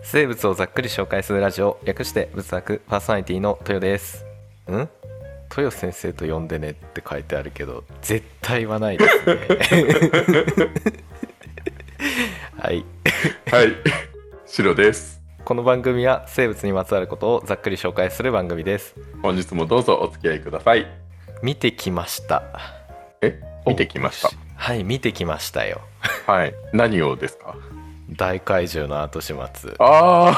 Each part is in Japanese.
生物をざっくり紹介するラジオ、略して仏作、パーソナリティの豊です。豊先生と呼んでねって書いてあるけど絶対言わないですねはいはい、白です。 この番組は生物にまつわることをざっくり紹介する番組です。 本日もどうぞお付き合いください。 見てきました。 見てきました。 はい、見てきましたよ。 はい、何をですか？ 大怪獣の後始末。 あ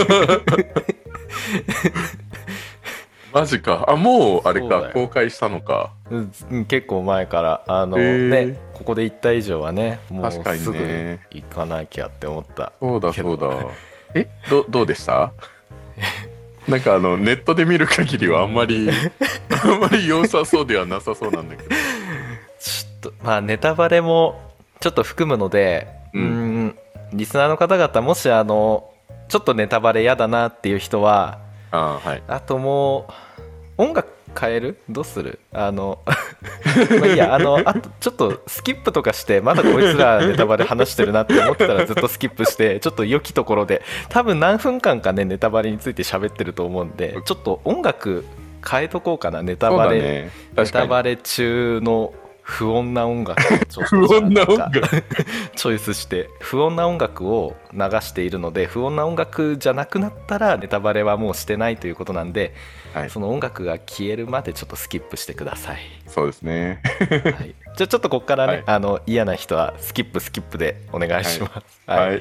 マジか。もうあれか、公開したのか。 結構前からね、ここで言った以上はね、もうすぐ行かなきゃって思った。 そうだ。どうでしたなんかネットで見る限りはあんまり良さそうではなさそうなんだけどちょっとネタバレもちょっと含むので、リスナーの方々もしちょっとネタバレ嫌だなっていう人は、あともう音楽変える？どうする？いやあとちょっとスキップとかして、まだこいつらネタバレ話してるなって思ったらずっとスキップしてちょっと良きところで多分何分間かねネタバレについて喋ってると思うんで、ちょっと音楽変えとこうかな。ネタバレ中の不穏な音楽をちょっとチョイスして、不穏な音楽を流しているので、不穏な音楽じゃなくなったらネタバレはもうしてないということなんで、その音楽が消えるまでちょっとスキップしてください。 そうですね、 じゃあちょっとここからね、嫌な人はスキップでお願いします。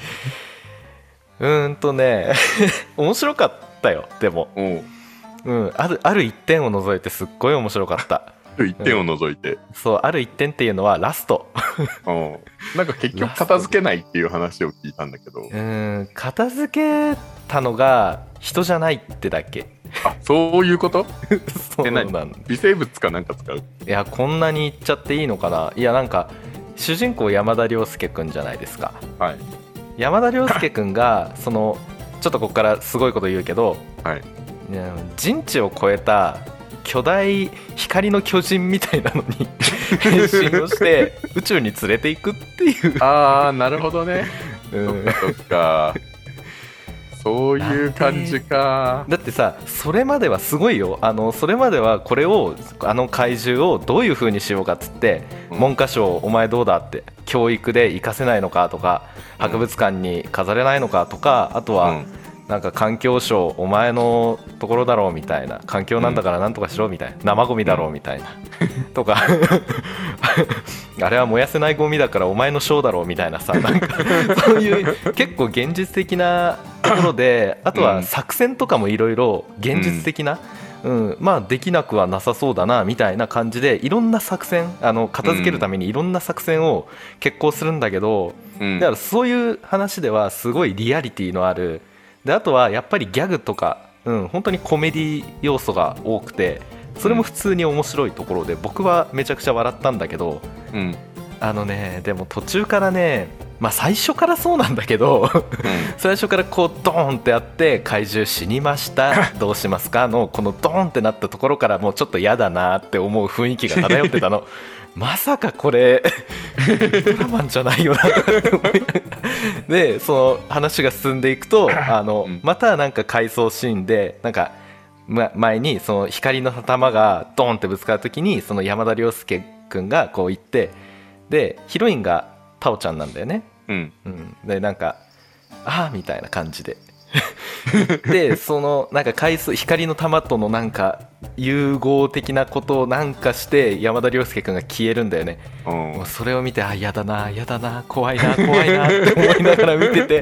面白かったよ。でもある一点を除いてすっごい面白かった。 一点を除いて、 そう、ある一点っていうのはラストなんか結局片付けないっていう話を聞いたんだけど、 片付けたのが人じゃないってだけ。 そういうことそうなんだ。 微生物かなんか使う？ いや、こんなに言っちゃっていいのかな。いや、なんか主人公山田涼介くんじゃないですか。山田涼介くんがちょっとここからすごいこと言うけど、人知を超えた巨大光の巨人みたいなのに変身をして宇宙に連れていくっていう。 なるほどね。そっかそういう感じか。 だってさ、それまではすごいよ。それまではこれを怪獣をどういう風にしようかっつって、文科省お前どうだって、教育で活かせないのかとか、博物館に飾れないのかとか、あとはなんか環境省お前のところだろうみたいな、環境なんだからなんとかしろみたいな、生ゴミだろうみたいなとかあれは燃やせないゴミだからお前の省だろうみたいなさ、なんかそういう結構現実的なところで、あとは作戦とかもいろいろ現実的な、できなくはなさそうだなみたいな感じで、いろんな作戦、片付けるためにいろんな作戦を決行するんだけど、だからそういう話ではすごいリアリティのある。で、あとはやっぱりギャグとか、本当にコメディ要素が多くて、それも普通に面白いところで、僕はめちゃくちゃ笑ったんだけど、でも途中からね、最初からそうなんだけど、最初からこうドーンってあって、怪獣死にましたどうしますかのこのドーンってなったところからもうちょっと嫌だなって思う雰囲気が漂ってたのまさかこれドラマンじゃないよなって思いながらで、その話が進んでいくと、またなんか回想シーンで、なんか前にその光の玉がドーンってぶつかるときに、その山田涼介くんがこう言って、でヒロインがタオちゃんなんだよね。でなんかみたいな感じでで、そのなんか光の玉とのなんか融合的なことをなんかして山田涼介くんが消えるんだよね。もうそれを見て、やだな怖いなって思いながら見てて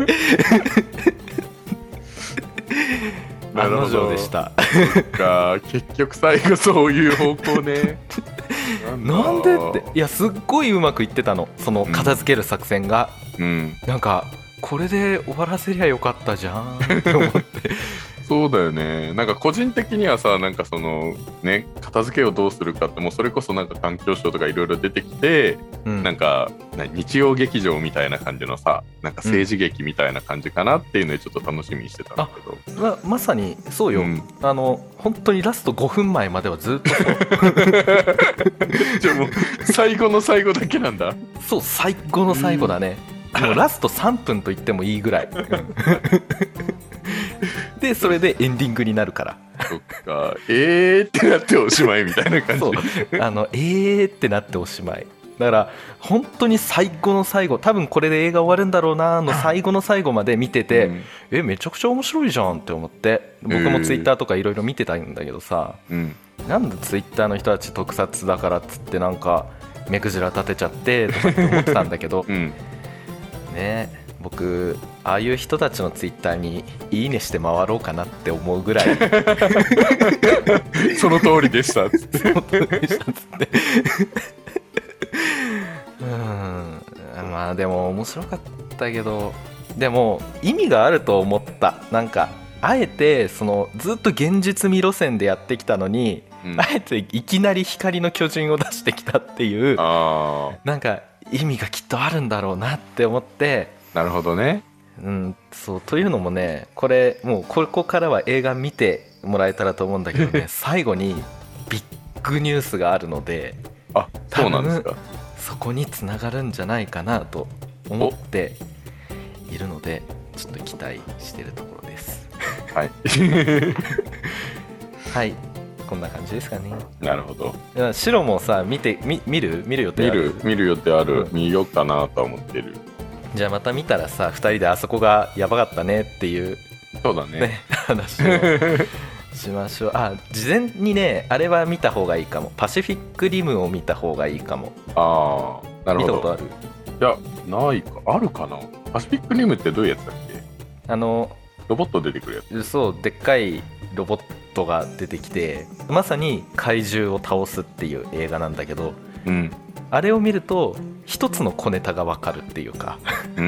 案の定でした。 結局最後そういう方向ねなんでって。いや、すっごいうまくいってたの、その片付ける作戦が。なんかこれで終わらせりゃよかったじゃんって思ってそうだよね。なんか個人的にはさ、なんかそのね、片付けをどうするかって、もうそれこそなんか環境省とかいろいろ出てきて、なんか日曜劇場みたいな感じのさ、なんか政治劇みたいな感じかなっていうのでちょっと楽しみにしてたんだけど、 まさにそうよ。本当にラスト5分前まではずっとそうじゃあもう最後の最後だけなんだ。 そう、最後の最後だね。もうラスト3分と言ってもいいぐらいでそれでエンディングになるから。 そっかってなっておしまいみたいな感じ。 そうってなっておしまいだから、本当に最後の最後、多分これで映画終わるんだろうなの最後の最後まで見てて、めちゃくちゃ面白いじゃんって思って、僕もツイッターとかいろいろ見てたんだけどさ、なんでツイッターの人たち特撮だからっつってなんか目くじら立てちゃってとかって思ってたんだけど、ね、僕ああいう人たちのツイッターにいいねして回ろうかなって思うぐらいその通りでしたっつってその通りでしたっつってまあでも面白かったけど、でも意味があると思った。なんかあえてそのずっと現実味路線でやってきたのに、あえていきなり光の巨人を出してきたっていう、なんか意味がきっとあるんだろうなって思って。 なるほどね。 そうというのもね、これもうここからは映画見てもらえたらと思うんだけどね最後にビッグニュースがあるので、 そうなんですか。 そこにつながるんじゃないかなと思っているので、ちょっと期待してるところですはいはい、こんな感じですかね。 なるほど。 白もさ見る予定ある？ 見る予定ある、見ようかなとは思ってる。 じゃあまた見たらさ、2人であそこがやばかったねっていう、 そうだね話をしましょう。事前にねあれは見た方がいいかも。パシフィックリムを見た方がいいかも。 なるほど。 見たことある？ いや、ないか。あるかな。パシフィックリムってどういうやつだっけ？ロボット出てくるやつ。 そう、でっかいロボットが出てきて、まさに怪獣を倒すっていう映画なんだけど、あれを見ると一つの小ネタが分かるっていうか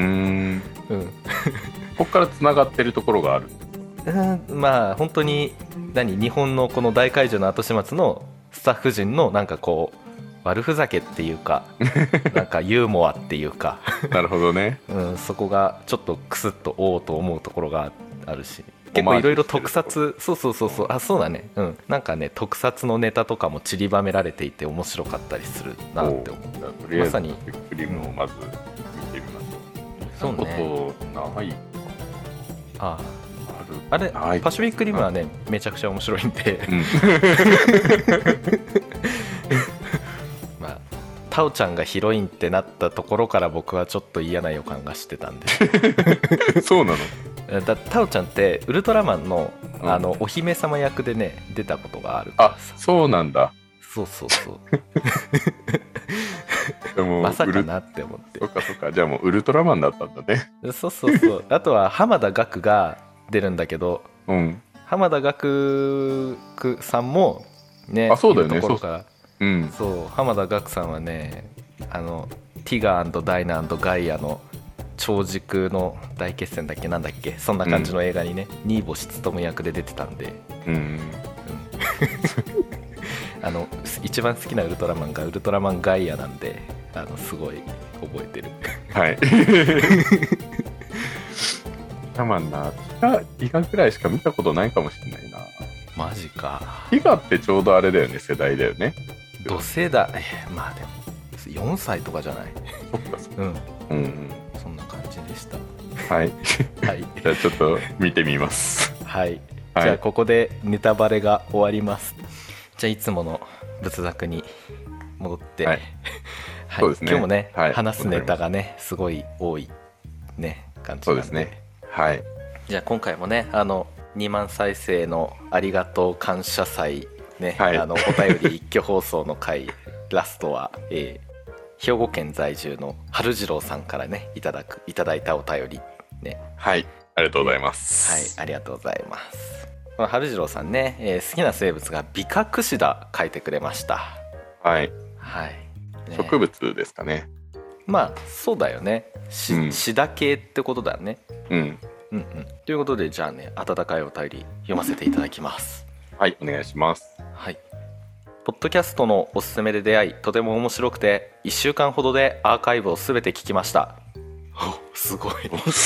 こっからつながってるところがある。 まあ本当に日本のこの大怪獣の後始末のスタッフ陣のなんかこう悪ふざけっていうかなんかユーモアっていうかなるほどね、 そこがちょっとクスッとおおと思うところがあるし、結構いろいろ特撮、そうだね、なんかね特撮のネタとかも散りばめられていて面白かったりするなって思う。まさにクリームをまず見てみます。そうね。ことないか。 あれパシフィックリムはねめちゃくちゃ面白いんで、まあタオちゃんがヒロインってなったところから僕はちょっと嫌な予感がしてたんでそうなの。 タオちゃんってウルトラマンの、お姫様役でね出たことがあるからさ。 そうなんだ。 そうでもまさかなって思って。 そっかじゃあもうウルトラマンだったんだね。 そうあとは浜田岳が出るんだけど、浜田岳さんもねそうだよね。 いるところからそう浜田岳さんはねティガー&ダイナ&ガイアの超時空の大決戦だっけなんだっけ、そんな感じの映画にね、新星勉役で出てたんで、一番好きなウルトラマンがウルトラマンガイアなんで、すごい覚えてる。 はい。ウルトラマンな、ティガぐらいしか見たことないかもしれないな。 マジか。 ティガってちょうどあれだよね、世代だよね。 同世代、まあでも4歳とかじゃない。 そっかそんな感じでした。 はい。じゃあちょっと見てみます。 はい。じゃあここでネタバレが終わります。じゃあいつもの仏作に戻って、そうですね。今日もね、話すネタがねすごい多いね感じなんで。そうですね。 はい。 じゃあ今回もね2万再生のありがとう感謝祭ね、お便り一挙放送の回ラストは、兵庫県在住の春次郎さんからねいただいたお便りね。 はい、ありがとうございます。 はい、ありがとうございます。この春次郎さんね、好きな生物がビカクシダ書いてくれました。 はい、 ね、 植物ですかね。 まあそうだよね、シダ系ってことだよね。ということでじゃあね温かいお便り読ませていただきます。はい、 お願いします。 はい。ポッドキャストのおすすめで出会い、とても面白くて1週間ほどでアーカイブをすべて聞きました。すごい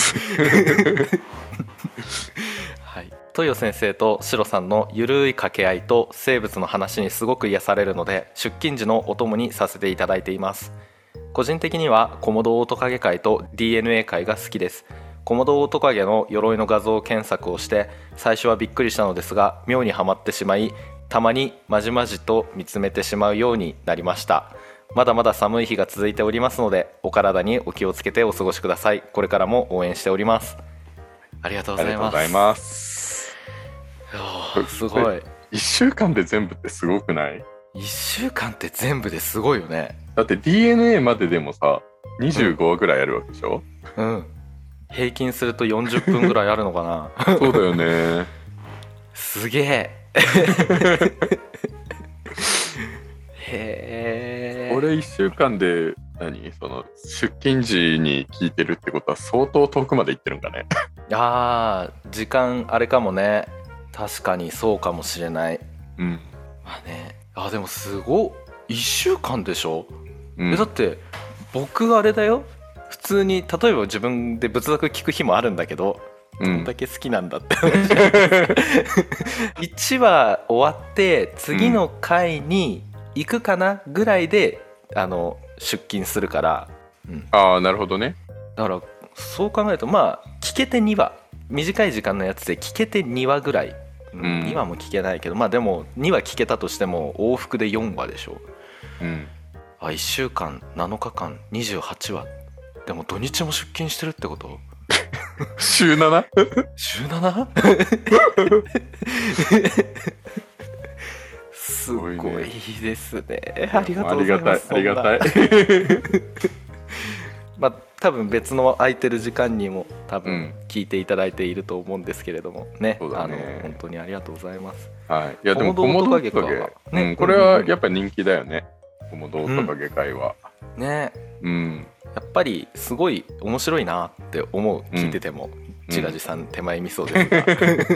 はい、豊先生とシロさんのゆるい掛け合いと生物の話にすごく癒されるので出勤時のお供にさせていただいています。個人的にはコモドオオトカゲ会と DNA 会が好きです。 コモドオオトカゲの鎧の画像検索をして最初はびっくりしたのですが妙にはまってしまい、たまにまじまじと見つめてしまうようになりました。まだまだ寒い日が続いておりますのでお体にお気をつけてお過ごしください。これからも応援しております。ありがとうございます。すごい。 1週間で全部ってすごくない？ 1週間って全部ですごいよね。 だって DNA まででもさ25話ぐらいあるわけでしょ。 うん、平均すると40分ぐらいあるのかな。 そうだよね。 すげえ。へえ。 これ1週間でその出勤時に聞いてるってことは相当遠くまで行ってるんかね。 時間あれかもね。確かにそうかもしれない。 うん。 まあね。でもすごい1週間でしょ、 うん、 だって僕あれだよ、普通に例えば自分で仏作聞く日もあるんだけど、どんだけ好きなんだって1話終わって次の回に行くかなぐらいで、出勤するから、 なるほどね。 だからそう考えるとまあ聞けて2話、短い時間のやつで聞けて2話ぐらい、2話も聞けないけど、まあでも2話聞けたとしても往復で4話でしょ。1週間7日間28話でも土日も出勤してるってこと？ 週 7？ 週 7？ すごいですね。ありがとうございます。 ありがたい。 まあ多分別の空いてる時間にも多分聞いていただいていると思うんですけれどもね、本当にありがとうございます。 はい。いやでもコモドオオトカゲね、これはやっぱり人気だよね。コモドオオトカゲ会は。 ね。やっぱりすごい面白いなって思う、聞いてても。自画自賛手前味噌ですが。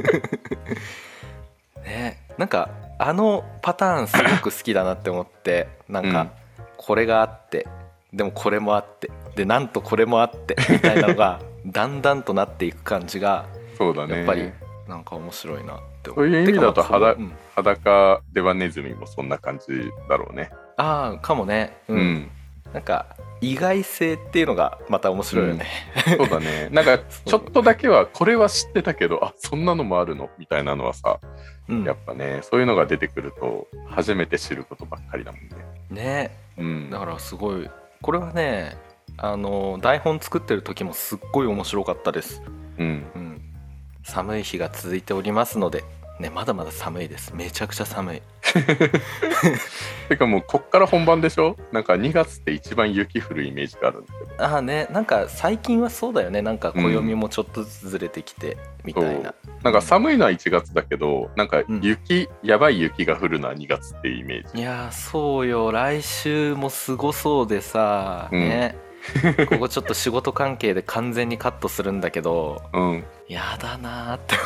ね、なんかパターンすごく好きだなって思って、なんかこれがあってでもこれもあってでなんとこれもあってみたいなのがだんだんとなっていく感じがそうだね、 やっぱりなんか面白いなって思う。そういう意味だと裸ではネズミもそんな感じだろうね。 かもね。なんか意外性っていうのがまた面白いよね。 そうだね。なんかちょっとだけはこれは知ってたけどそんなのもあるのみたいなのはさ、やっぱねそういうのが出てくると初めて知ることばっかりだもんね。 ね、だからすごいこれはね、台本作ってる時もすっごい面白かったです。寒い日が続いておりますのでね、まだまだ寒いです。めちゃくちゃ寒い。 てかもうこっから本番でしょ。なんか2月って一番雪降るイメージがあるんだけど。 ね、なんか最近はそうだよね。なんか暦もちょっとずつずれてきてみたいな。 なんか寒いのは1月だけど、なんかやばい雪が降るのは2月っていうイメージ。 いやそうよ。来週もすごそうでさ、ね。ここちょっと仕事関係で完全にカットするんだけど、やだなーって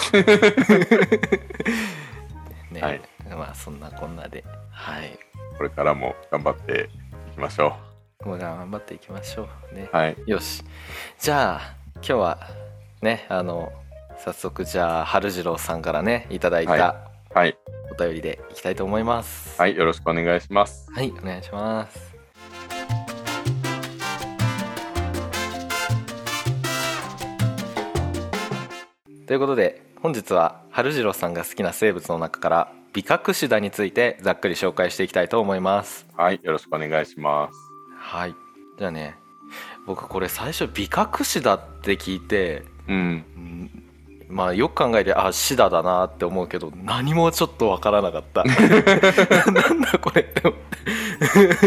ね、はい、まあそんなこんなで、はい、 これからも頑張っていきましょう。もう頑張っていきましょうね。 はい、 よし、じゃあ今日はね早速じゃあ春次郎さんからねいただいたお便りでいきたいと思います。 はい、よろしくお願いします。 はい、お願いします。ということで本日は春次郎さんが好きな生物の中からビカクシダについてざっくり紹介していきたいと思います。 はい、よろしくお願いします。 はい、じゃあね、僕これ最初ビカクシダって聞いて、まあよく考えてシダだなって思うけど何もちょっとわからなかった。なんだこれって思って。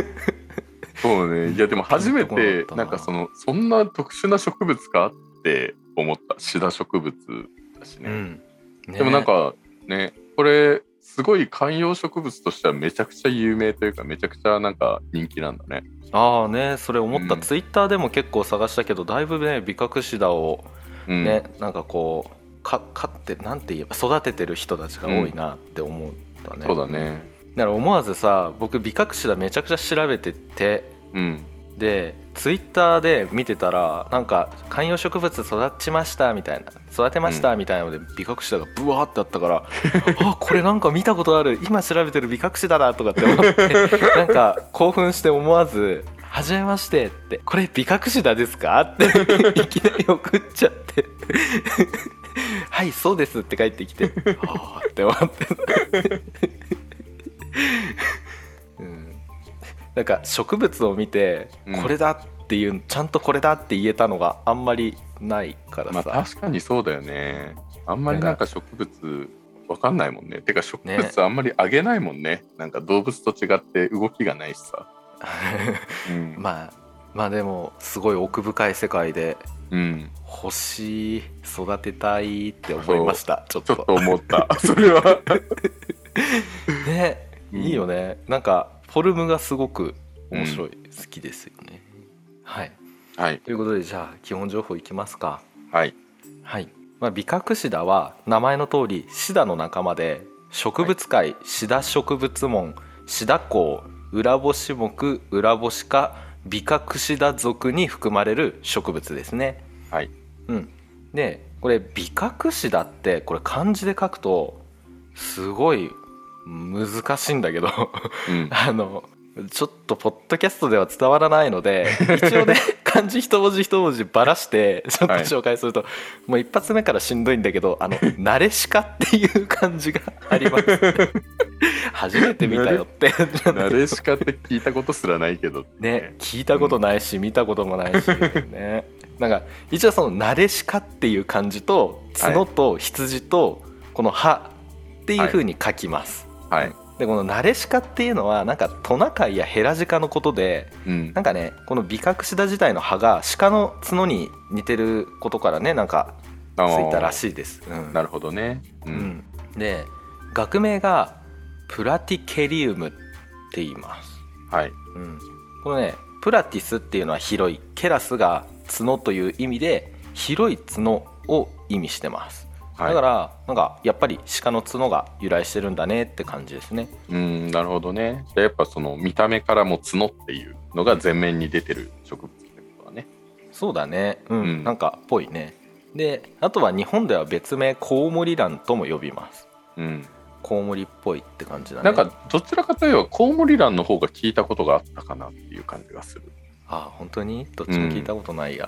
そうね。いやでも初めてなんかそんな特殊な植物かって思った。シダ植物だしね。でもなんかね、これすごい観葉植物としてはめちゃくちゃ有名というかめちゃくちゃなんか人気なんだね。 ね、それ思った。ツイッターでも結構探したけどだいぶねビカクシダをね、なんかこう飼ってなんて言えば育ててる人たちが多いなって思ったね。 そうだね。 だから思わずさ、僕ビカクシダめちゃくちゃ調べてて、でツイッターで見てたらなんか観葉植物育ちましたみたいな、育てましたみたいなのでビカクシダがブワーってあったからこれなんか見たことある、今調べてるビカクシダだとかって思ってなんか興奮して思わずはじめましてってこれビカクシダですかっていきなり送っちゃってはいそうですって帰ってきてはあって思ってうん、なんか植物を見てこれだっていう、ちゃんとこれだって言えたのがあんまりないからさ。 まあ確かにそうだよね。あんまりなんか植物わかんないもんね。てか植物あんまりあげないもんね。なんか動物と違って動きがないしさ、うん、 まあでもすごい奥深い世界で、 うん、 欲しい育てたいって思いました。ちょっと思ったそれはね、いいよね。なんかフォルムがすごく面白い、好きですよね。はい、はい、ということでじゃあ基本情報いきますか。 はい、 はい。ビカクシダは名前の通りシダの仲間で、植物界シダ植物門シダ科裏干し目裏干し科ビカクシダ属に含まれる植物ですね。 はい、 うん、でこれビカクシダってこれ漢字で書くとすごい難しいんだけど、うん、ちょっとポッドキャストでは伝わらないので一応ね漢字一文字一文字ばらしてちょっと紹介すると、はい、もう一発目からしんどいんだけどナレシカっていう漢字があります初めて見たよってナレシカって聞いたことすらないけどね、聞いたことないし、見たこともないしねなんか一応そのナレシカっていう漢字と角と羊とこの歯っていう風に書きます、はいはい、でこのナレシカっていうのはなんかトナカイやヘラジカのことで、うん、なんかねこのビカクシダ自体の歯が鹿の角に似てることからねなんかついたらしいです、うん、 なるほどね、 うん、で学名がプラティケリウムって言います、はい、うん、このねプラティスっていうのは広い、ケラスが角という意味で広い角を意味してます。だからなんかやっぱり鹿の角が由来してるんだねって感じですね。 なるほどね。じゃあやっぱその見た目からも角っていうのが前面に出てる植物ってことだね。 そうだね、うん、なんかっぽいね。であとは日本では別名コウモリランとも呼びます。うん、コウモリっぽいって感じだね。 なんかどちらかといえばコウモリランの方が聞いたことがあったかなっていう感じがする。 あ、本当にどっちも聞いたことないや、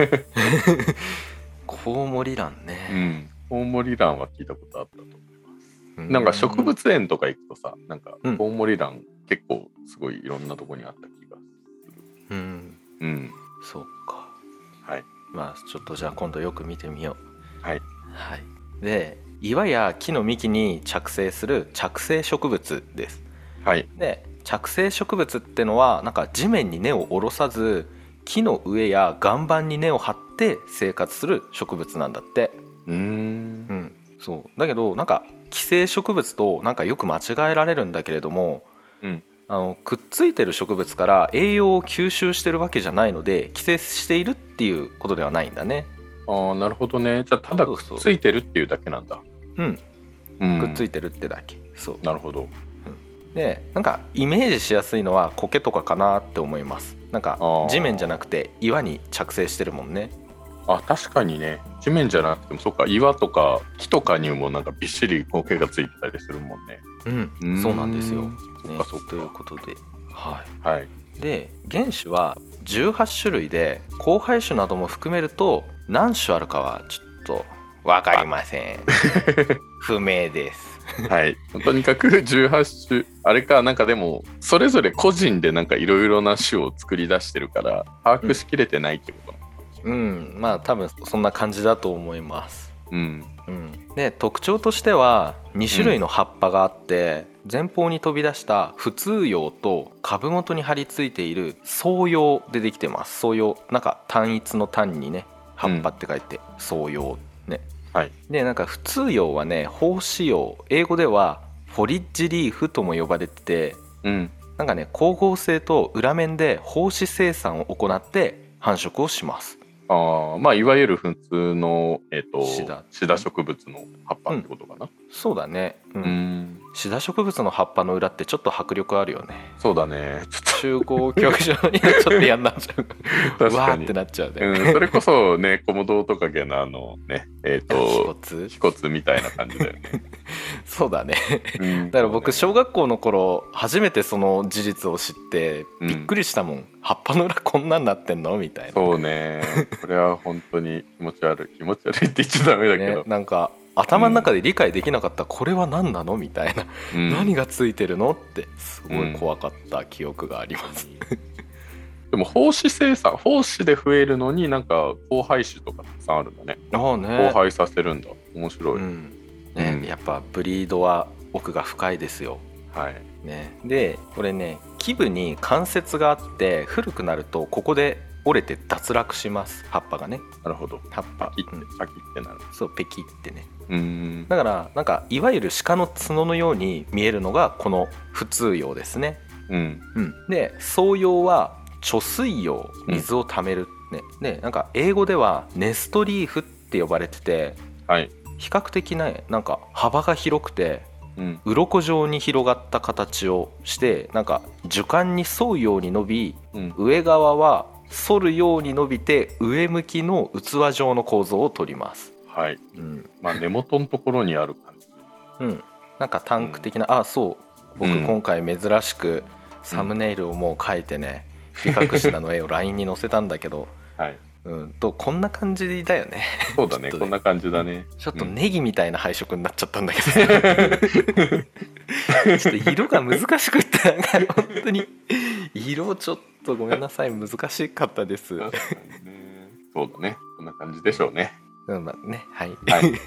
コウモリランね、 コウモリランは聞いたことあったと思います。なんか植物園とか行くとさ、なんかコウモリラン結構すごいいろんなとこにあった気がする。 そうか。 はい。 まあちょっとじゃあ今度よく見てみよう。はい。 はい。で岩や木の幹に着生する着生植物です。はい。で着生植物ってのはなんか地面に根を下ろさず木の上や岩盤に根を張って生活する植物なんだって。そうだけどなんか寄生植物となんかよく間違えられるんだけれども、くっついてる植物から栄養を吸収してるわけじゃないので寄生しているっていうことではないんだね。 ああ、なるほどね。じゃあただくっついてるっていうだけなんだ。 くっついてるってだけ。そう。 なるほど。 でなんかイメージしやすいのは苔とかかなって思います。なんか地面じゃなくて岩に着生してるもんね。 あ、確かにね。地面じゃなくてもそっか、岩とか木とかにもなんかびっしり苔がついてたりするもんね。 そうなんですよ、 そっかそっか。 ということで、はい、で原種は18種類で交配種なども含めると何種あるかはちょっと分かりません不明ですはい、とにかく18種あれか。なんかでもそれぞれ個人でなんかいろいろな種を作り出してるから把握しきれてないってこと。 まあ多分そんな感じだと思います。で特徴としては2種類の葉っぱがあって、前方に飛び出した普通葉と株元に張り付いている双葉でできてます。双葉なんか単一の単にね葉っぱって書いて双葉ね。はい、でなんか普通葉はね胞子葉、英語ではフォリッジリーフとも呼ばれてて、なんかね光合成と裏面で胞子生産を行って繁殖をします。 まあいわゆる普通の、シダ植物の葉っぱってことかな。 そうだね。シダ植物の葉っぱの裏ってちょっと迫力あるよね。 そうだね。 集合教育場にちょっと嫌になっちゃう確かにわーってなっちゃうね。 それこそねコモドオオトカゲのね皮骨みたいな感じだよねそうだね。だから僕小学校の頃初めてその事実を知ってびっくりしたもん。 葉っぱの裏こんなんなってんのみたいな。 そうね、これは本当に気持ち悪いって言っちゃダメだけど、 ね、なんか頭の中で理解できなかった、これは何なのみたいな、何がついてるのってすごい怖かった記憶があります、 でも胞子生産、胞子で増えるのになんか交配種とかたくさんあるんだね。交配させるんだ。面白い、 ね、やっぱブリードは奥が深いですよ。 はいね、でこれね、基部に関節があって古くなるとここで折れて脱落します、葉っぱがね。 なるほど。 葉っぱパキってなる。 そうペキってね。 だからなんかいわゆる鹿の角のように見えるのがこの普通葉ですね。で草葉は貯水葉、水を溜める、ね、でなんか英語ではネストリーフって呼ばれてて、比較的ねなんか幅が広くて鱗状に広がった形をして、なんか樹幹に沿うように伸び、上側は反るように伸びて上向きの器状の構造をとります。 まあ根元のところにある感じ。 なんかタンク的な、そう僕今回珍しくサムネイルをもう描いてね、ビカクシダの絵を LINE に載せたんだけど、こんな感じだよね。 そうだねこんな感じだね。 ちょっとネギみたいな配色になっちゃったんだけどちょっと色が難しくってなんか本当に色ちょっとごめんなさい難しかったです。 そうだね、こんな感じでしょうね。 はい、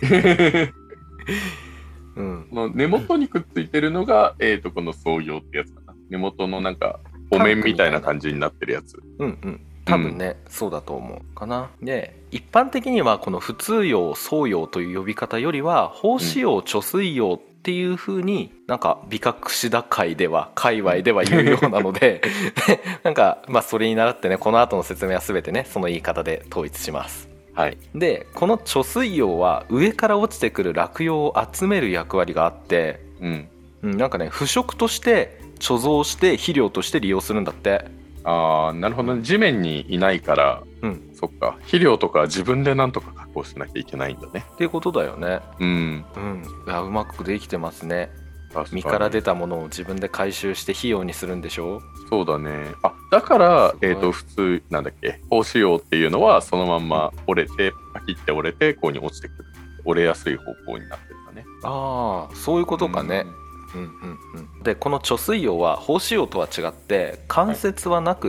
根元にくっついてるのがこの草葉ってやつかな。根元のなんかお面みたいな感じになってるやつ。 多分ね、そうだと思うかな。で一般的にはこの普通葉草葉という呼び方よりは胞子葉貯水葉っていう風になんかビカクシダ界では界隈では言うようなのでなんかまあそれに倣ってね、この後の説明は全てねその言い方で統一します。でこの貯水葉は上から落ちてくる落葉を集める役割があって、なんかね腐食として貯蔵して肥料として利用するんだって。 なるほどね。地面にいないから、そっか、肥料とか自分でなんとか加工しなきゃいけないんだねっていうことだよね。いやうまくできてますね。実から出たものを自分で回収して肥料にするんでしょ。 そうだね。だから普通なんだっけ、胞子葉っていうのはそのまんま折れてパキって折れてこうに落ちてくる、折れやすい方向になってるんだね。 そういうことかね。でこの貯水葉は胞子葉とは違って関節はなくって、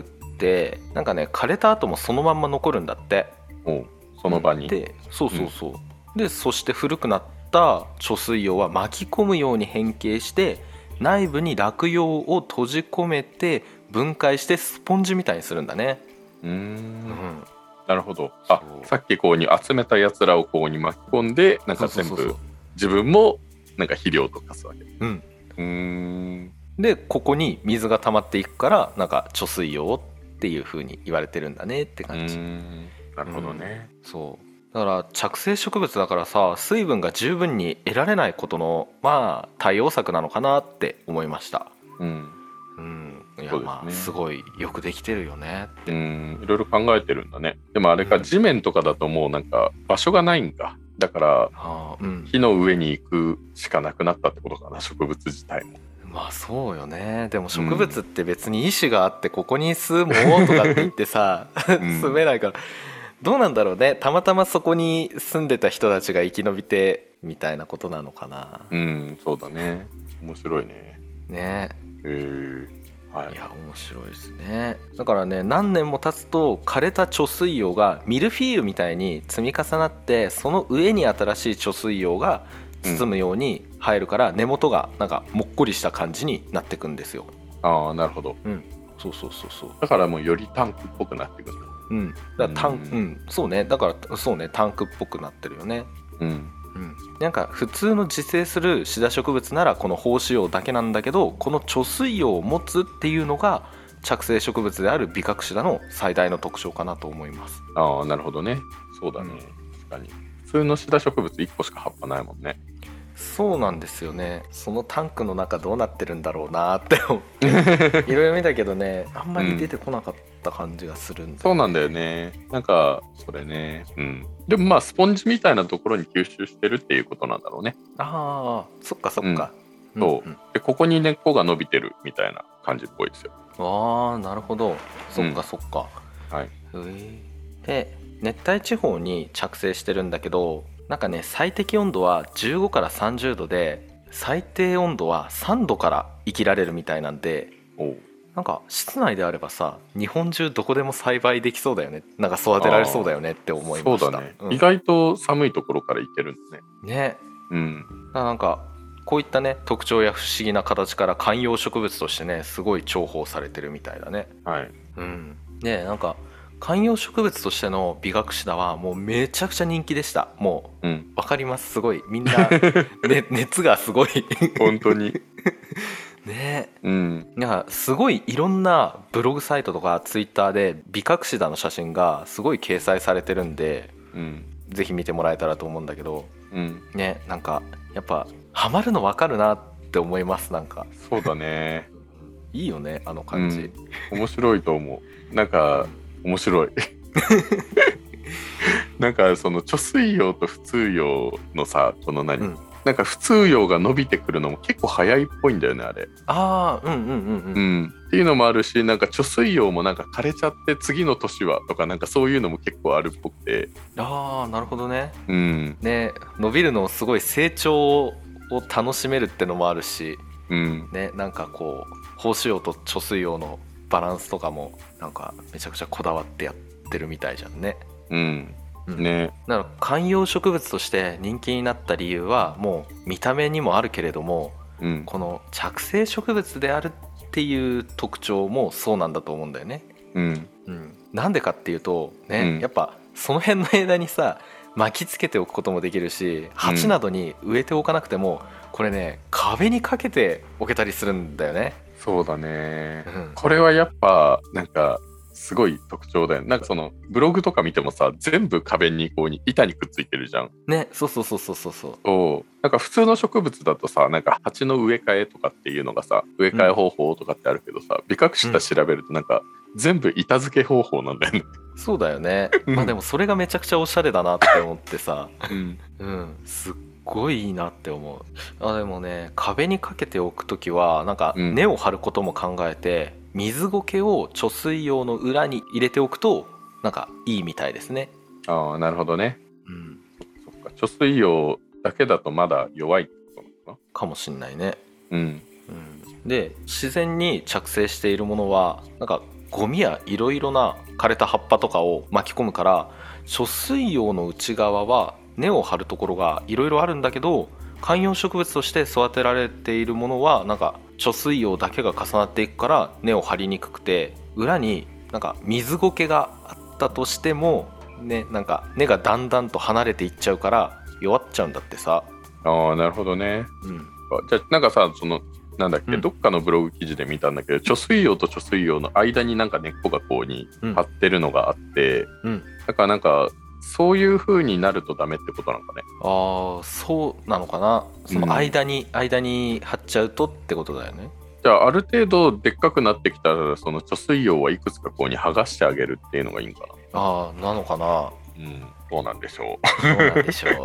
なんかね枯れた後もそのまんま残るんだって。 その場に。 ででそして古くなった貯水葉は巻き込むように変形して内部に落葉を閉じ込めて分解してスポンジみたいにするんだね。 なるほど。さっきこうに集めたやつらをこうに巻き込んでなんか全部自分もなんか肥料とかすわけ。でここに水が溜まっていくからなんか貯水葉っていう風に言われてるんだねって感じ。 なるほどね。 そうだから着生植物だからさ、水分が十分に得られないことのまあ対応策なのかなって思いました。いやまあすごいよくできてるよねって。 いろいろ考えてるんだね。でもあれか、地面とかだともうなんか場所がないんか。だから木の上に行くしかなくなったってことかな、植物自体も。 まあそうよね。でも植物って別に意志があってここに住もうとかって言ってさ住めないからどうなんだろうね。たまたまそこに住んでた人たちが生き延びてみたいなことなのかな。 そうだね。面白いね。 いや面白いですね。だからね何年も経つと枯れた貯水葉がミルフィーユみたいに積み重なって、その上に新しい貯水葉が包むように生えるから、根元がなんかもっこりした感じになってくんですよ。 なるほど。 そうだからもうよりタンクっぽくなってくる。 だからそうね。だからそうね、タンクっぽくなってるよね。なんか普通の自生するシダ植物ならこの胞子葉だけなんだけど、この貯水葉を持つっていうのが着生植物であるビカクシダの最大の特徴かなと思います。 なるほどね。そうだね。確かに普通のシダ植物1個しか葉っぱないもんね。 そうなんですよね。そのタンクの中どうなってるんだろうなっていろいろ見たけどね、あんまり出てこなかった感じがするんで、 そうなんだよね。なんかそれね。でもまあスポンジみたいなところに吸収してるっていうことなんだろうね。 そっかそっか。 でここに根っこが伸びてるみたいな感じっぽいですよ。 ああ、なるほど。そっかそっか。 はい。 で熱帯地方に着生してるんだけど、なんかね、最適温度は15から30度で最低温度は3度から生きられるみたいなんで、 おう。 なんか室内であればさ、日本中どこでも栽培できそうだよね、なんか育てられそうだよねって思いました。 そうだね、意外と寒いところからいけるんだね。 ね。 うん。 なんかこういったね特徴や不思議な形から観葉植物としてねすごい重宝されてるみたいだね。 はい。 うん。でなんか観葉植物としての美学シダはもうめちゃくちゃ人気でした。もう、わかります、すごいみんな、ね、熱がすごい本当にね。 うん。 なんかすごいいろんなブログサイトとかツイッターで美覚シダの写真がすごい掲載されてるんで、 うん、 ぜひ見てもらえたらと思うんだけど、 うん、 ね、なんかやっぱハマるの分かるなって思います。なんかそうだね。 いいよね、あの感じ。 面白いと思う。なんか面白いなんかその貯水葉と普通葉のさ、このなんか普通葉が伸びてくるのも結構早いっぽいんだよね、あれ。 ああ、 っていうのもあるし、なんか貯水葉もなんか枯れちゃって次の年はとか、なんかそういうのも結構あるっぽくて。 ああ、なるほどね。 うん。 ね、伸びるのをすごい成長を楽しめるってのもあるし、 うん。 ね、なんかこう胞子葉と貯水葉のバランスとかもなんかめちゃくちゃこだわってやってるみたいじゃんね。 うん。ね。 だから観葉植物として人気になった理由はもう見た目にもあるけれども、この着生植物であるっていう特徴もそうなんだと思うんだよね。なんでかっていうとね、やっぱその辺の枝にさ巻きつけておくこともできるし、鉢などに植えておかなくてもこれね壁にかけておけたりするんだよね。 そうだね、これはやっぱなんかすごい特徴だよね。なんかそのブログとか見てもさ、全部壁にこうに板にくっついてるじゃんね。そうなんか普通の植物だとさ、なんか鉢の植え替えとかっていうのがさ、植え替え方法とかってあるけどさ、美覚シダ調べるとなんか全部板付け方法なんだよね。 そうだよね。まあでもそれがめちゃくちゃおしゃれだなって思ってさ、すっごいいいなって思う。でもね、壁にかけておくときはなんか根を張ることも考えて、水苔を貯水葉の裏に入れておくとなんかいいみたいですね。 ああ、なるほどね。そっか、貯水葉だけだとまだ弱いってことなのかな。 かもしんないね。で自然に着生しているものはなんかゴミやいろいろな枯れた葉っぱとかを巻き込むから、貯水葉の内側は根を張るところがいろいろあるんだけど、観葉植物として育てられているものはなんか貯水葉だけが重なっていくから根を張りにくくて、裏になんか水苔があったとしても、ね、なんか根がだんだんと離れていっちゃうから弱っちゃうんだってさ。 ああ、なるほどね。じゃあなんかさ、そのなんだっけ、どっかのブログ記事で見たんだけど、貯水葉と貯水葉の間になんか根っこがこうに張ってるのがあって、だからなんかそういう風になるとダメってことなのかね。 ああ、そうなのかな。その間に張っちゃうとってことだよね。 じゃあある程度でっかくなってきたら、その貯水葉はいくつかこうに剥がしてあげるっていうのがいいんかな。 ああ、なのかな。 そうなんでしょう。 そうなんでしょう。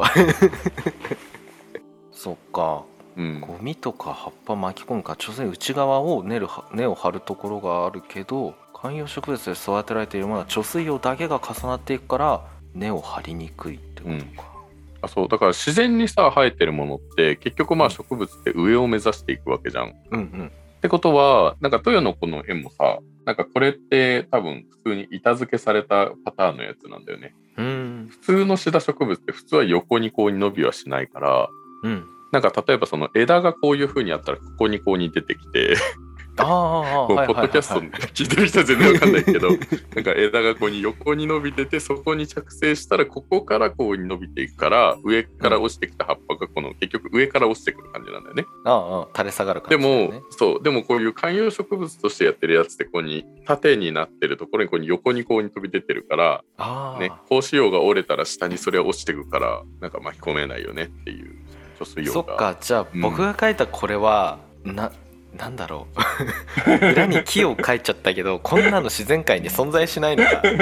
そっか。ゴミとか葉っぱ巻き込むか、貯水内側を根を張るところがあるけど、観葉植物で育てられているものは貯水葉だけが重なっていくから根を張りにくいってことか。 そうだから自然にさ生えてるものって結局まあ植物って上を目指していくわけじゃん。ってことはなんか豊のこの絵もさ、なんかこれって多分普通に板付けされたパターンのやつなんだよね。普通のシダ植物って普通は横にこうに伸びはしないから、なんか例えばその枝がこういう風にあったらここにこうに出てきてポッドキャスト聞いてる人は全然わかんないけどなんか枝がこうに横に伸びてて、そこに着生したらここからこうに伸びていくから、上から落ちてきた葉っぱがこの結局上から落ちてくる感じなんだよね。 垂れ下がる感じだよね。 でもこういう観葉植物としてやってるやつってこうに縦になってるところにこうに横にこうに飛び出てるから、胞子葉が折れたら下にそれは落ちてくから、なんか巻き込めないよねっていう。 そっか、じゃあ僕が描いたこれは、なんだろう裏に木を描いちゃったけど、こんなの自然界に存在しないのか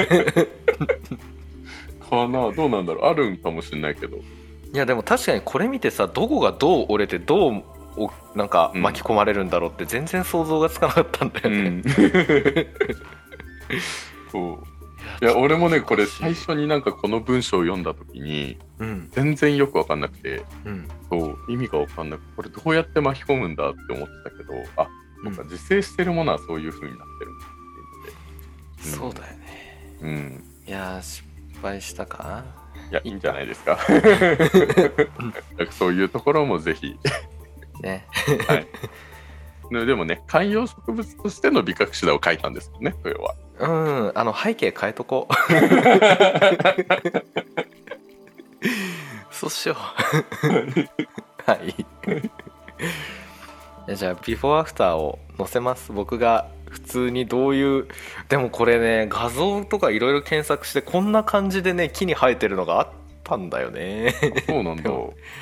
かな。どうなんだろう、あるんかもしれないけど。 いやでも確かにこれ見てさ、どこがどう折れてどうなんか巻き込まれるんだろうって全然想像がつかなかったんだよね、 そういや俺もねこれ最初になんかこの文章を読んだ時に、全然よく分かんなくて、そう意味が分かんなくてこれどうやって巻き込むんだって思ってたけど、なんか自生してるものはそういう風になってるんだっていうので、 そうだよね。いや失敗したか。 いやいいんじゃないですか。そういうところもぜひね。 はい。でもね観葉植物としてのビカクシダを描いたんですよね豊は。 背景変えとこう。そうしよう。はい。じゃあビフォーアフターを載せます。僕が普通にどういう、でもこれね画像とかいろいろ検索してこんな感じでね木に生えてるのがあったんだよね。 そうなんだ。 い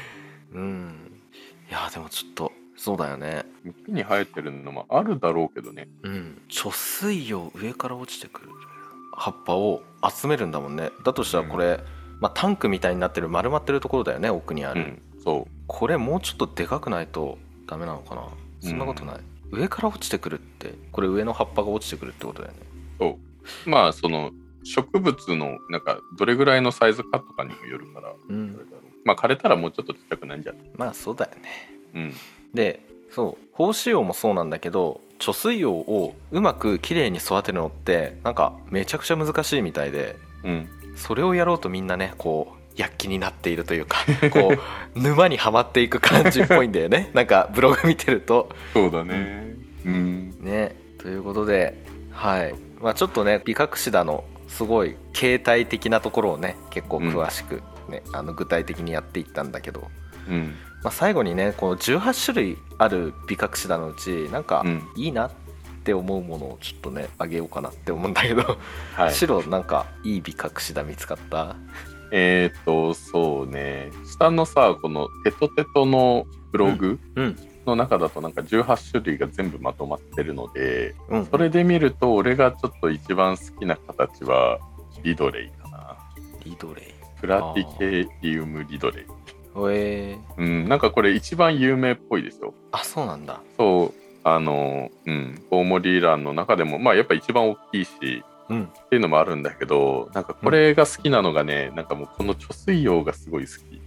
やでもちょっとそうだよね。 木に生えてるのもあるだろうけどね。 貯水葉上から落ちてくる葉っぱを集めるんだもんね。だとしたらこれ、タンクみたいになってる丸まってるところだよね奥にある、 そうこれもうちょっとでかくないとダメなのかな。そんなことない、上から落ちてくるってこれ上の葉っぱが落ちてくるってことだよね。 そうまあその植物のなんかどれぐらいのサイズかとかにもよるから、枯れたらもうちょっとちっちゃくないんじゃない。 まあそうだよね。でそう胞子葉もそうなんだけど貯水葉をうまくきれいに育てるのってなんかめちゃくちゃ難しいみたいで、それをやろうとみんなねこう躍起になっているというかこう沼にはまっていく感じっぽいんだよね。なんかブログ見てると。 そうだね。 ねということでちょっとねビカクシダのすごい形態的なところをね結構詳しくね、具体的にやっていったんだけど、最後にねこの18種類あるビカクシダのうちなんかいいなって思うものをちょっとねあげようかなって思うんだけど、白なんかいいビカクシダ見つかった？ そうね下のさこのテトテトのブログの中だとなんか18種類が全部まとまってるので、それで見ると俺がちょっと一番好きな形はリドレイかな。 リドレイプラティケリウムリドレイ。なんかこれ一番有名っぽいですよ。 あ、そうなんだ。 そうコウモリランの中でもやっぱ一番大きいし、っていうのもあるんだけどなんかこれが好きなのがね、なんかもうこの貯水葉がすごい好き。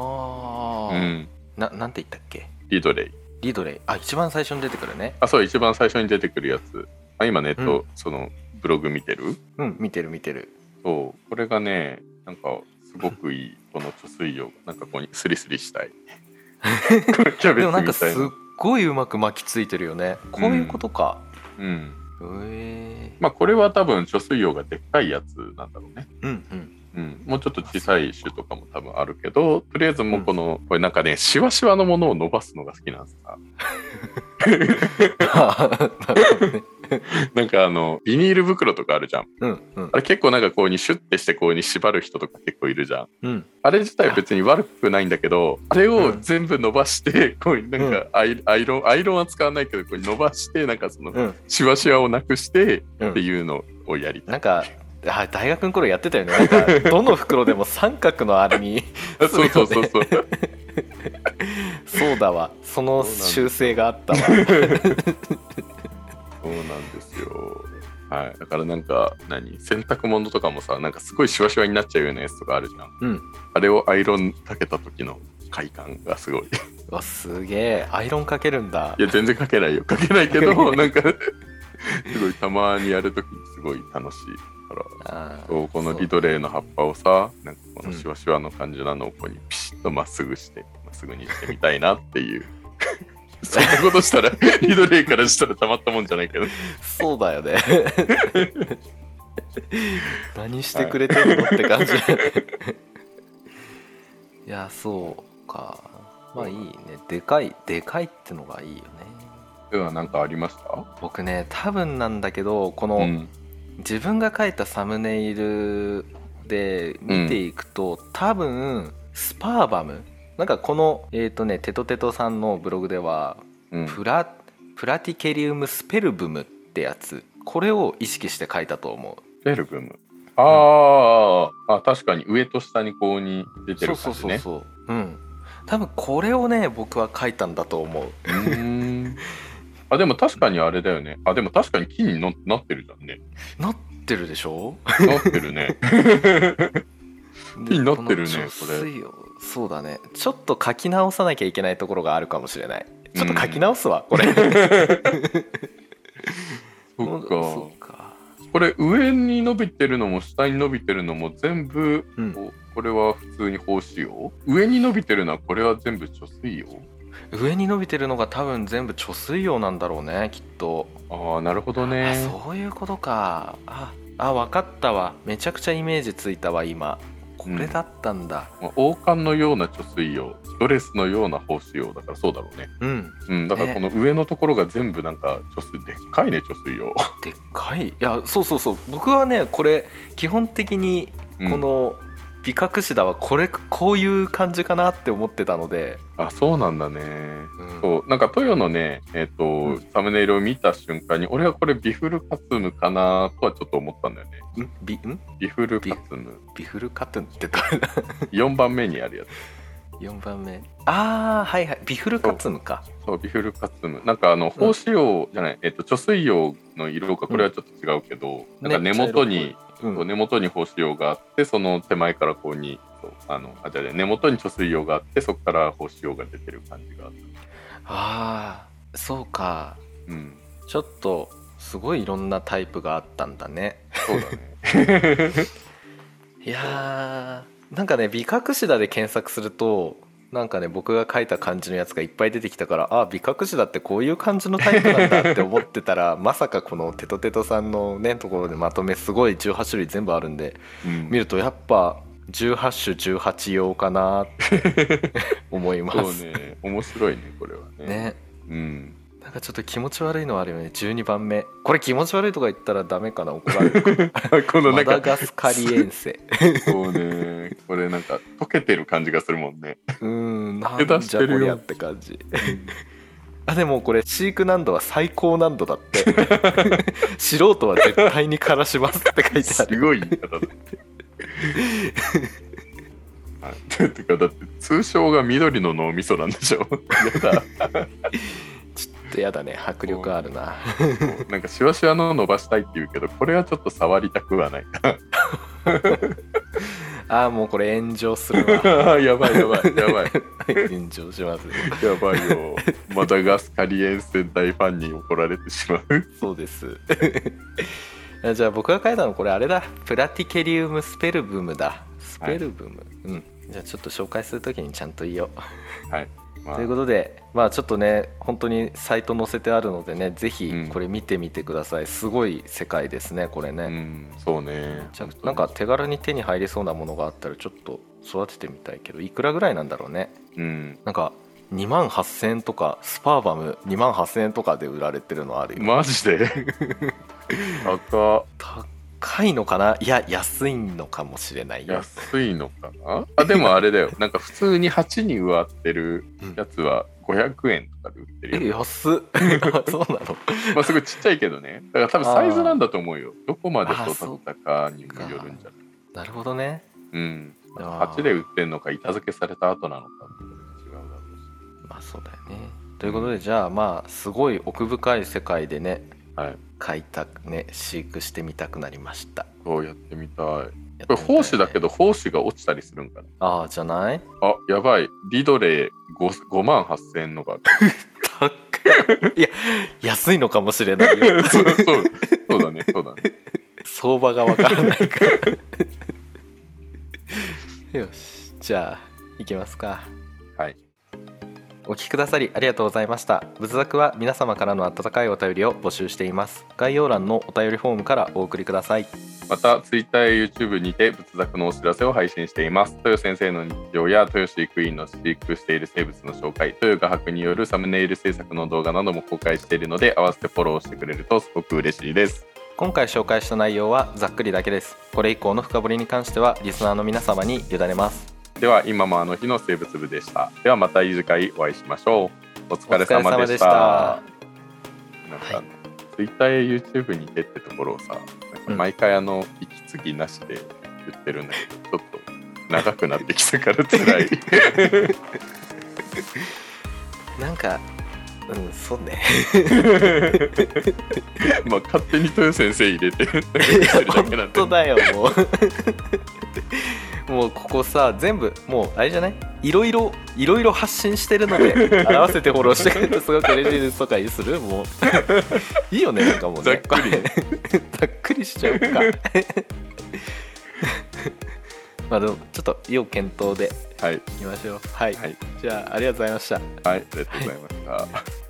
なんて言ったっけ？ リドレイ。 リドレイ。一番最初に出てくるね。 そう一番最初に出てくるやつ。今ネット、そのブログ見てる？ 見てる。 そうこれがねなんかすごくいいこの貯水葉なんかここにスリスリしたい。キャベツみたいな。でもなんかすっごいうまく巻きついてるよね。こういうことか。 これは多分貯水葉がでっかいやつなんだろうね。もうちょっと小さい種とかも多分あるけど、とりあえずもうこれなんかねシワシワのものを伸ばすのが好きなんですさ。なんかビニール袋とかあるじゃん。あれ結構なんかこうにシュッてしてこうに縛る人とか結構いるじゃん。あれ自体別に悪くないんだけど、あれを全部伸ばしてこうなんかアイロンは使わないけどこう伸ばしてなんかそのシワシワをなくしてっていうのをやりたい。 なんか大学の頃やってたよね。なんかどの袋でも三角のあれにそうそうだわ、その習性があったわ。 そうなんですよ。だからなんか洗濯物とかもさなんかすごいシワシワになっちゃうようなやつとかあるじゃん。あれをアイロンかけた時の快感がすごい。 わすげえ、アイロンかけるんだ。 いや全然かけないよ、かけないけどなんかすごいたまにやる時にすごい楽しいからこのリドレーの葉っぱをさなんかこのシワシワの感じなのをここにピシッとまっすぐしてまっすぐにしてみたいなっていうそんなことしたらリドレーからしたらたまったもんじゃないけど。 そうだよね。何してくれてるのって感じ。いやそうか、いいね。でかいってのがいいよね。 では何かありました？ 僕ね多分なんだけどこの、自分が描いたサムネイルで見ていくと、多分スパーバムなんかこのテトテトさんのブログでは、プラティケリウムスペルブムってやつ、これを意識して描いたと思う。 スペルブム。確かに上と下にこうに出てる感じね。 そう。 多分これをね僕は書いたんだと思う。 あ、でも確かにあれだよね。あ、でも確かに木になってるじゃんね。 なってるでしょ。 なってるね。木になってるねこれ。 そうだね。ちょっと書き直さなきゃいけないところがあるかもしれない。ちょっと書き直すわ、これ。 そっか。これ上に伸びてるのも下に伸びてるのも全部、これは普通に胞子葉。上に伸びてるのはこれは全部貯水葉。 上に伸びてるのが多分全部貯水葉なんだろうね、きっと。 ああ、なるほどね。 そういうことか。分かったわ。めちゃくちゃイメージついたわ今。これだったんだ。 王冠のような貯水葉、ドレスのような胞子葉だからそうだろうね。だからこの上のところが全部なんか貯水、でっかいね、貯水葉。 でっかい。いや、そう。僕はねこれ基本的にこのビカクシダはこういう感じかなって思ってたので。 あ、そうなんだね。そうなんかトヨのねサムネイルを見た瞬間に俺はこれビフルカツムかなとはちょっと思ったんだよね。ビフルカツム。 ビフルカツムってどれだ。 4番目にあるやつ。 4番目。はいはい、ビフルカツムか。 そうビフルカツム。なんか胞子葉じゃない、貯水葉の色がこれはちょっと違うけど、なんか根元に胞子葉があって、その手前からこうに根元に貯水葉があって、そこから胞子葉が出てる感じがあった。そうか。ちょっとすごいいろんなタイプがあったんだね。 そうだね。 いやー、なんかねビカクシダで検索するとなんかね僕が書いた感じのやつがいっぱい出てきたから、ビカクシダってこういう感じのタイプなんだって思ってたらまさかこのテトテトさんのねところでまとめすごい18種類全部あるんで、見るとやっぱ18種18用かなって思います。 そうね、面白いねこれはね。 なんかちょっと気持ち悪いのはあるよね。12番目これ気持ち悪いとか言ったらダメかな、怒られるか。このマダガスカリエンセ。 そうね、これなんか溶けてる感じがするもんね。 なんじゃこりゃって感じ。でもこれ飼育難度は最高難度だって。素人は絶対に枯らしますって書いてある。 すごい言い方だ。てかだって通称が緑の脳みそなんでしょ。やだ。 ちょっとやだね、迫力あるな。 なんかシワシワの伸ばしたいって言うけど、これはちょっと触りたくはない。 もうこれ炎上するわ。 やばい。 炎上します。 やばいよ。マダガスカリエンセ大ファンに怒られてしまう。 そうです。じゃあ僕が書いたのこれあれだ。プラティケリウムスペルブムだ。スペルブム。じゃあちょっと紹介するときにちゃんと言おう。はい。ということでちょっとね本当にサイト載せてあるのでね、ぜひこれ見てみてください。すごい世界ですねこれね。 そうね。 なんか手軽に手に入りそうなものがあったらちょっと育ててみたいけど、いくらぐらいなんだろうね。なんか2万8000円とか、スパーバム2万8000円とかで売られてるのあるよ。 マジで。 高いのかな。いや安いのかもしれないよ。 安いのかな。でもあれだよ、なんか普通に鉢に植わってるやつは500円とかで売ってるよ。 安っ。そうなの。 すごいちっちゃいけどね。だから多分サイズなんだと思うよ。どこまで育ったかにもよるんじゃない。 なるほどね。 鉢で売ってんのか板付けされた後なのかって違うだろうし。 そうだよね。ということでじゃあすごい奥深い世界でね、飼育してみたくなりました。 そうやってみたい。これ胞子だけど胞子が落ちたりするんかな。 じゃない。 やばい。リドレー5万8000円のが高い。いや安いのかもしれないよ。 そうだね。 相場がわからないから。よし、じゃあ行きますか。 はい。 お聞きくださりありがとうございました。仏作は皆様からの温かいお便りを募集しています。概要欄のお便りフォームからお送りください。 また Twitter や YouTube にて仏作のお知らせを配信しています。豊先生の日常や豊飼育員の飼育している生物の紹介、豊画伯によるサムネイル制作の動画なども公開しているので、合わせてフォローしてくれるとすごく嬉しいです。 今回紹介した内容はざっくりだけです。これ以降の深掘りに関してはリスナーの皆様に委ねます。 では今もあの日の生物部でした。ではまた次回お会いしましょう。お疲れ様でした。なんか、Twitter や YouTube にてってところをさ、なんか毎回息継ぎなしで言ってるんだけど、ちょっと長くなってきたから辛い。 なんかそうねまあ勝手に豊先生入れてなんかい言ってやるだけなんで本当だよもうここさ全部もうあれじゃない、いろいろ発信してるので合わせてフォローしてくれるとすごく嬉しいですとかにする。もういいよね、なんかもうねざっくりざっくりしちゃうかまあでもちょっと要検討ではいいきましょう。はい、 はいじゃあありがとうございました。 はい、ありがとうございました。